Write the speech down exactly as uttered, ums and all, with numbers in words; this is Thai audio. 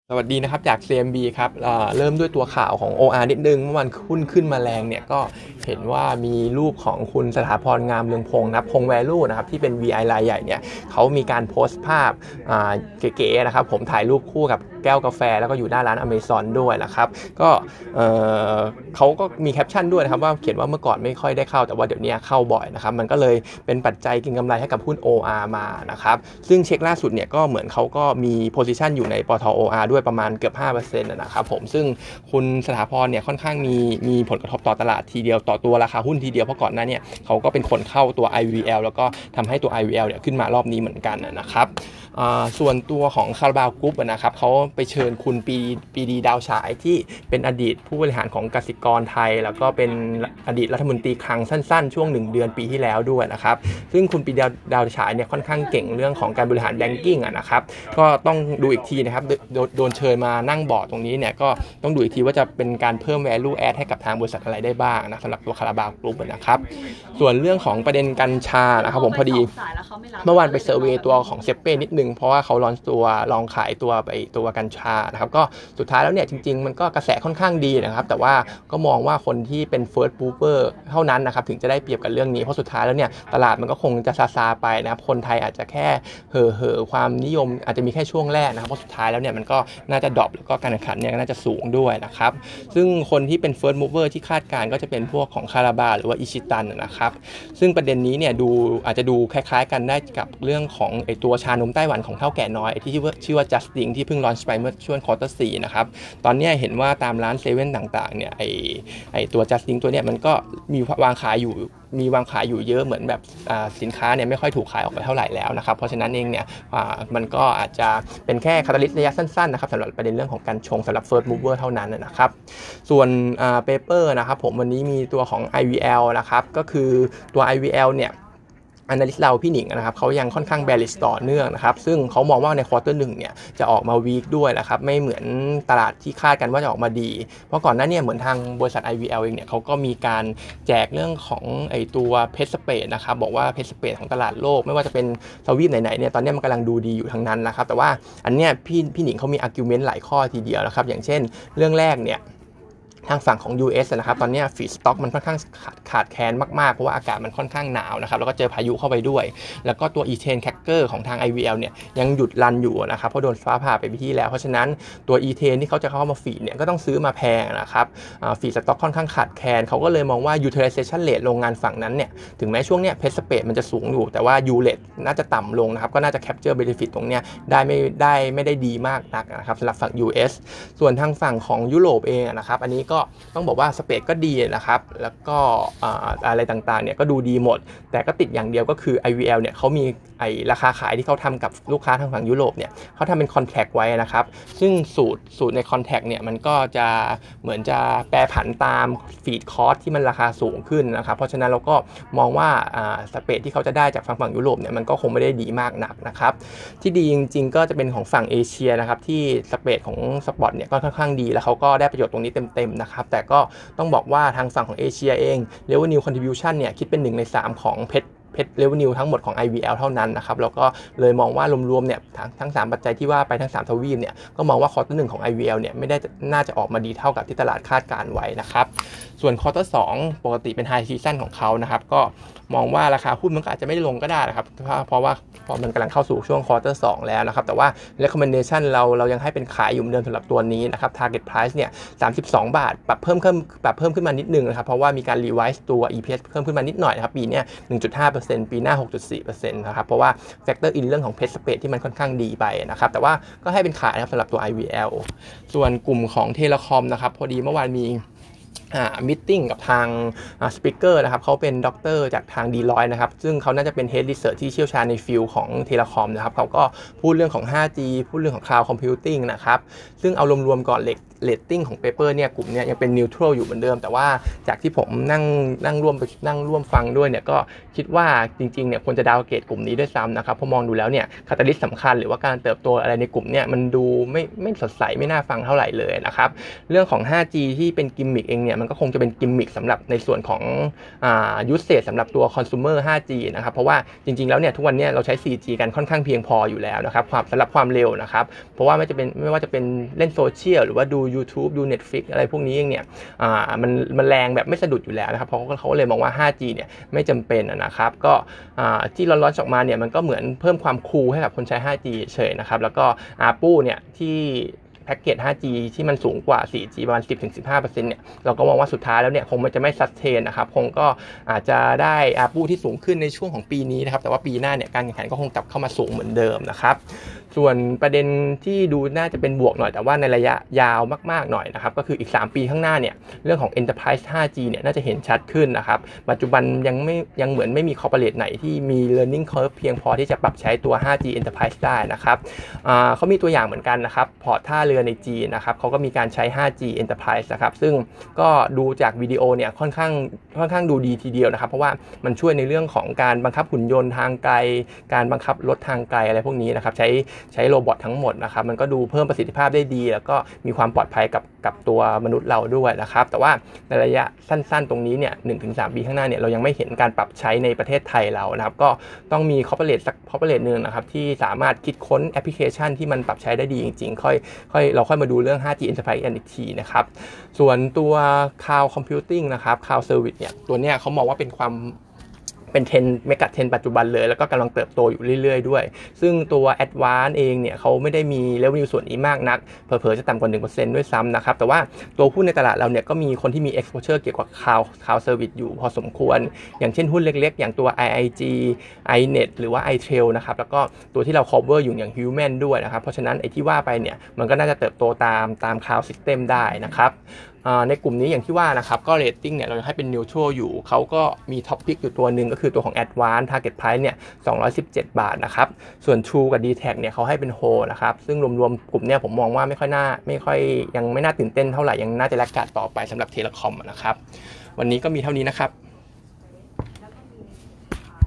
สวัสดีนะครับจาก ซี เอ็ม บี ครับเอ่อเริ่มด้วยตัวข่าวของ โอ อาร์ นิดนึงเมื่อวันหุ้นขึ้นมาแรงเนี่ยก็เห็นว่ามีรูปของคุณสถาพรงามเรืองพงศ์นะครับพง Value นะครับที่เป็น วี ไอ รายใหญ่เนี่ยเขามีการโพสต์ภาพอ่าเก๋ๆนะครับผมถ่ายรูปคู่กับแก้วกาแฟแล้วก็อยู่หน้าร้าน Amazon ด้วยนะครับก็เอ่อเขาก็มีแคปชั่นด้วยนะครับว่าเขียนว่าเมื่อก่อนไม่ค่อยได้เข้าแต่ว่าเดี๋ยวนี้เข้าบ่อยนะครับมันก็เลยเป็นปัจจัยกินกำไรให้กับหุ้น โอ อาร์ มานะครับซึ่งเช็คล่าสุดเนี่ยก็เหมือนเขาก็มี position อยู่ในปต โอ อาร์ ด้วยประมาณเกือบ ห้าเปอร์เซ็นต์ นะครับผมซึ่งคุณสถาพรเนี่ยค่อนข้างมีมีผลกระทบต่อตลาดทีเดียวต่อตัวราคาหุ้นทีเดียวเพราะก่อนหน้าเนี่ยเขาก็เป็นคนเข้าตัว ไอ วี แอล แล้วก็ทำให้ตัว ไอ วี แอล เนี่ยขึ้นมารอบนี้เหมือนกันนะครับส่วนตัวของคาราบาวกรุ๊ปนะครับเขาไปเชิญคุณปีปีดีดาวฉายที่เป็นอดีตผู้บริหารของกสิกรไทยแล้วก็เป็นอดีตรัฐมนตรีคลังสั้นๆช่วงหนึ่งเดือนปีที่แล้วด้วยนะครับซึ่งคุณปีดีดาวฉายเนี่ยค่อนข้างเก่งเรื่องของการบริหารแบงกิ้งนะครับก็ต้องดูอีกทีนะครับโดนเชิญมานั่งบอร์ดตรงนี้เนี่ยก็ต้องดูอีกทีว่าจะเป็นการเพิ่ม value add ให้กับทางบริษัทอะไรได้บ้างนะสำหรับตัวคาราบาวกรุ๊ปนะครับส่วนเรื่องของประเด็นกัญชานะครับผมพอดีเมื่อวานไปเซอร์เวย์ตัวของเซเป้นิดนึงเพราะว่าเขาลอนตัวลองขายตัวไปตัวกัญชานะครับก็สุดท้ายแล้วเนี่ยจริงๆมันก็กระแสค่อนข้างดีนะครับแต่ว่าก็มองว่าคนที่เป็น first mover เท่านั้นนะครับถึงจะได้เปรียบกับเรื่องนี้เพราะสุดท้ายแล้วเนี่ยตลาดมันก็คงจะซาๆไปนะครับคนไทยอาจจะแค่เห่อเห่อความนิยมอาจจะมีแค่ช่วงแรกนะครับเพราะสุดท้ายแล้วเนี่ยมันก็น่าจะดรอปแล้วก็การแข่งขันเนี่ยน่าจะสูงด้วยนะครับซึ่งคนที่เป็น first mover ที่คาดการก็จะเป็นพวกของคาราบาหรือว่าอิชิตันนะครับซึ่งประเด็นนี้เนี่ยดูอาจจะดูคล้ายๆกันได้กับเรื่องของไอตัวชานมไต้หวันของเท่าแก่น้อยที่ชื่อว่าชื่อว่า Justing ที่เพิ่งลอนช์ไปเมื่อช่วงควอเตอร์สี่นะครับตอนนี้เห็นว่าตามร้านเซเว่นต่างๆเนี่ยไอไอตัว Justing ตัวเนี้ยมันก็มีวางขายอยู่มีวางขายอยู่เยอะเหมือนแบบสินค้าเนี่ยไม่ค่อยถูกขายออกไปเท่าไหร่แล้วนะครับเพราะฉะนั้นเองเนี่ยมันก็อาจจะเป็นแค่คาตาลิสต์ระยะสั้นๆนะครับสำหรับประเด็นเรื่องของการชงสำหรับ first mover เท่านั้นนะครับส่วนเปเปอร์นะครับผมวันนี้มีตัวของ ไอ วี แอล นะครับก็คือตัว ไอ วี แอล เนี่ยanalyst เราพี่หนิงนะครับเขายังค่อนข้าง bearish ต่อเนื่องนะครับซึ่งเขามองว่าในควอเตอร์หนึ่งเนี่ยจะออกมา weak ด้วยนะครับไม่เหมือนตลาดที่คาดกันว่าจะออกมาดีเพราะก่อนหน้านี้เหมือนทางบริษัท ไอ วี แอล เองเนี่ยเขาก็มีการแจกเรื่องของไอตัวเพชรสเปดนะครับบอกว่าเพชรสเปดของตลาดโลกไม่ว่าจะเป็นทวีปไหนๆเนี่ยตอนนี้มันกำลังดูดีอยู่ทั้งนั้นนะครับแต่ว่าอันเนี้ยพี่พี่หนิงเขามี argument หลายข้อทีเดียวนะครับอย่างเช่นเรื่องแรกเนี่ยทางฝั่งของ ยู เอส นะครับตอนนี้ฟีดสต็อกมันค่อนข้างขาดขาดแคลนมากๆเพราะว่าอากาศมันค่อนข้างหนาวนะครับแล้วก็เจอพายุเข้าไปด้วยแล้วก็ตัว อี เทน Cracker ของทาง ไอ วี แอล เนี่ยยังหยุดรันอยู่นะครับเพราะโดนฟ้าผ่าไปที่แล้วเพราะฉะนั้นตัว อี เทน ที่เขาจะเข้ามาฟีดเนี่ยก็ต้องซื้อมาแพงนะครับฟีดสต็อกค่อนข้างขาดแคลนเขาก็เลยมองว่า utilization rate โรงงานฝั่งนั้นเนี่ยถึงแม้ช่วงเนี้ยเพชรสเปดมันจะสูงอยู่แต่ว่า U rate น่าจะต่ำลงนะครับก็น่าจะ capture benefit ตรงเนี้ยได้ไม่ได้ไม่ได้ดีมากนักนะครับสำหรับฝั่ง ยู เอส ส่วนทางฝั่งของยุโรปเองนะครับอันนี้ก็ต้องบอกว่าสเปดก็ดีนะครับแล้วก็อะไรต่างๆเนี่ยก็ดูดีหมดแต่ก็ติดอย่างเดียวก็คือ ไอ วี แอล เนี่ยเขามีไอราคาขายที่เขาทำกับลูกค้าทางฝั่งยุโรปเนี่ยเขาทำเป็นคอนแทคไว้นะครับซึ่งสูตรสูตรในคอนแทคเนี่ยมันก็จะเหมือนจะแปรผันตามฟีดคอสที่มันราคาสูงขึ้นนะครับเพราะฉะนั้นเราก็มองว่าสเปดที่เขาจะได้จากฝั่งฝั่งยุโรปเนี่ยมันก็คงไม่ได้ดีมากนักนะครับที่ดีจริงๆก็จะเป็นของฝั่งเอเชียนะครับที่สเปดของสปอตเนี่ยก็ค่อนข้างดีแล้วเขาก็ได้ประโยชน์ตรงนี้เต็มๆนะครับแต่ก็ต้องบอกว่าทางฝั่งของเอเชียเอง Revenue Contribution เนี่ยคิดเป็นหนึ่งในสามของเพชรเพชร Revenue ทั้งหมดของ ไอ วี แอล เท่านั้นนะครับแล้วก็เลยมองว่ารวมๆเนี่ยทั้งทั้งสามปัจจัยที่ว่าไปทั้งสามทวีปเนี่ยก็มองว่าควอเตอร์หนึ่งของ ไอ วี แอล เนี่ยไม่ได้น่าจะออกมาดีเท่ากับที่ตลาดคาดการไว้นะครับส่วนควอเตอร์สองปกติเป็น High Season ของเขานะครับก็มองว่าราคาหุ้นมันก็อาจจะไม่ได้ลงก็ได้นะครับเพราะว่าพอมันกำลังเข้าสู่ช่วงควอเตอร์สองแล้วนะครับแต่ว่า recommendation เราเรายังให้เป็นขายอยู่เหมือนเดิมสำหรับตัวนี้นะครับ target price เนี่ยสามสิบสองบาทปรับเพิ่มขึ้นปรับเพิ่มขึ้นมานิดนึงนะครับเพราะว่ามีการ revise ตัว อี พี เอส เพิ่มขึ้นมานิดหน่อยนะครับปีนี้ หนึ่งจุดห้าเปอร์เซ็นต์ ปีหน้า หกจุดสี่เปอร์เซ็นต์ นะครับเพราะว่า factor in เรื่องของ pet spread ที่มันค่อนข้างดีไปนะครับแต่ว่าก็ให้เป็นขายนะครับสำหรับตัว ไอ วี แอล ส่วนกลุ่มของเทเลคอมนะครับพอดีเมื่อวานมีอ่ามิทติ้งกับทางอ่าสปีกเกอร์นะครับเขาเป็นด็อกเตอร์จากทาง Deloitte นะครับซึ่งเขาน่าจะเป็น Head Research ที่เชี่ยวชาญในฟิลของเทเลคอมนะครับเขาก็พูดเรื่องของ ไฟว์จี พูดเรื่องของ Cloud Computing นะครับซึ่งเอารวมๆก่อนเล็กเรตติ้งของเปเปอร์เนี่ยกลุ่มเนี่ยยังเป็นนิวทรัลอยู่เหมือนเดิมแต่ว่าจากที่ผมนั่งนั่งร่วมนั่งร่วมฟังด้วยเนี่ยก็คิดว่าจริงๆเนี่ยควรจะดาวเกรดกลุ่มนี้ด้วยซ้ำนะครับเพราะมองดูแล้วเนี่ยคาตาลิสต์สำคัญหรือว่าการเติบโตอะไรในกลุ่มเนี่ยมันดูไม่ไม่สดใสไม่น่าฟังเท่าไหร่เลยนะครับเรื่องของ ไฟว์จี ที่เป็นกิมมิคเองเนี่ยมันมันก็คงจะเป็นกิมมิคสำหรับในส่วนของอ่ายูสเซจสำหรับตัวคอน sumer ไฟว์จี นะครับเพราะว่าจริงๆแล้วเนี่ยทุกวันนี้เราใช้ โฟร์จี กันค่อนข้างเพียงพออยู่แล้วนะครับความสำหรับความเร็วนะครับเพราะว่าไม่จะเป็นไม่ว่าจะเป็นเล่นโซเชียลหรือว่าดู YouTube ดู Netflix อะไรพวกนี้เองเนี่ยอ่ามันมันแรงแบบไม่สะดุดอยู่แล้วนะครับเพราะเขาเลยมองว่า ไฟว์จี เนี่ยไม่จำเป็นนะครับก็อ่าที่ร้อนๆออกมาเนี่ยมันก็เหมือนเพิ่มความคูลให้กับคนใช้ ไฟว์จี เฉยนะครับแล้วก็ อาร์ พี ยู เนี่ยที่แพ็กเกจ ไฟว์จี ที่มันสูงกว่า โฟร์จี ประมาณ สิบถึงสิบห้าเปอร์เซ็นต์ เนี่ยเราก็มองว่าสุดท้ายแล้วเนี่ยคงมันจะไม่ซัสเทนนะครับคงก็อาจจะได้ อาร์ พี ยู ที่สูงขึ้นในช่วงของปีนี้นะครับแต่ว่าปีหน้าเนี่ยการแข่งขันก็คงกลับเข้ามาสูงเหมือนเดิมนะครับส่วนประเด็นที่ดูน่าจะเป็นบวกหน่อยแต่ว่าในระยะยาวมากๆหน่อยนะครับก็คืออีกสามปีข้างหน้าเนี่ยเรื่องของ Enterprise ไฟว์จี เนี่ยน่าจะเห็นชัดขึ้นนะครับปัจจุบันยังไม่ยังเหมือนไม่มี corporate ไหนที่มี learning curve เพียงพอที่จะปรับใช้ตัว ไฟว์จี Enterprise ได้นะครับอ่าเขามีตัวอย่างเหมือนกันนะครับพอร์ตท่าเรือในจีนนะครับเขาก็มีการใช้ ไฟว์จี Enterprise นะครับซึ่งก็ดูจากวิดีโอเนี่ยค่อนข้างค่อนข้างดูดีทีเดียวนะครับเพราะว่ามันช่วยในเรื่องของการบังคับหุ่นยนต์ทางไกลการบังคับรถทางไกลอะไรพวกนี้นะครับใช้ใช้โรบอททั้งหมดนะครับมันก็ดูเพิ่มประสิทธิภาพได้ดีแล้วก็มีความปลอดภัยกับกับตัวมนุษย์เราด้วยนะครับแต่ว่าในระยะสั้นๆตรงนี้เนี่ย หนึ่งถึงสาม ปีข้างหน้าเนี่ยเรายังไม่เห็นการปรับใช้ในประเทศไทยเรานะครับก็ต้องมี corporate สัก corporate นึงนะครับที่สามารถคิดค้นแอปพลิเคชันที่มันปรับใช้ได้ดีจริงๆค่อยค่อยเราค่อยมาดูเรื่อง ไฟว์จี Enterprise อีกทีนะครับส่วนตัว Cloud Computing นะครับ Cloud Service เนี่ยตัวเนี้ยเขามองว่าเป็นความเป็นเทรนด์เมกะเทรนด์ปัจจุบันเลยแล้วก็กำลังเติบโตอยู่เรื่อยๆด้วยซึ่งตัว Advance เองเนี่ยเขาไม่ได้มี revenue ส่วนนี้มากนักเผลอๆจะต่ำกว่า หนึ่งเปอร์เซ็นต์ ด้วยซ้ำนะครับแต่ว่าตัวหุ้นในตลาดเราเนี่ยก็มีคนที่มี exposure เกี่ยวกับ Cloud Cloud Service อยู่พอสมควรอย่างเช่นหุ้นเล็กๆอย่างตัว ไอ ไอ จี ไอ เน็ต หรือว่า ไอ เทรล นะครับแล้วก็ตัวที่เรา cover อยู่อย่าง Human ด้วยนะครับเพราะฉะนั้นไอ้ที่ว่าไปเนี่ยมันก็น่าจะเติบโตตามตาม Cloud System ได้นะครับในกลุ่มนี้อย่างที่ว่านะครับก็เรตติ้งเนี่ยเราให้เป็น neutral อยู่เขาก็มีท็อปพิกอยู่ตัวหนึ่งก็คือตัวของ Advance Target Price เนี่ยสองร้อยสิบเจ็ดบาทนะครับส่วน True กับ ดี แท็ก เนี่ยเขาให้เป็น Hold นะครับซึ่งรวมๆกลุ่มเนี่ยผมมองว่าไม่ค่อยน่าไม่ค่อยยังไม่น่าตื่นเต้นเท่าไหร่ยังน่าจะแลกขาดต่อไปสำหรับเทเลคอมนะครับวันนี้ก็มีเท่านี้นะครับ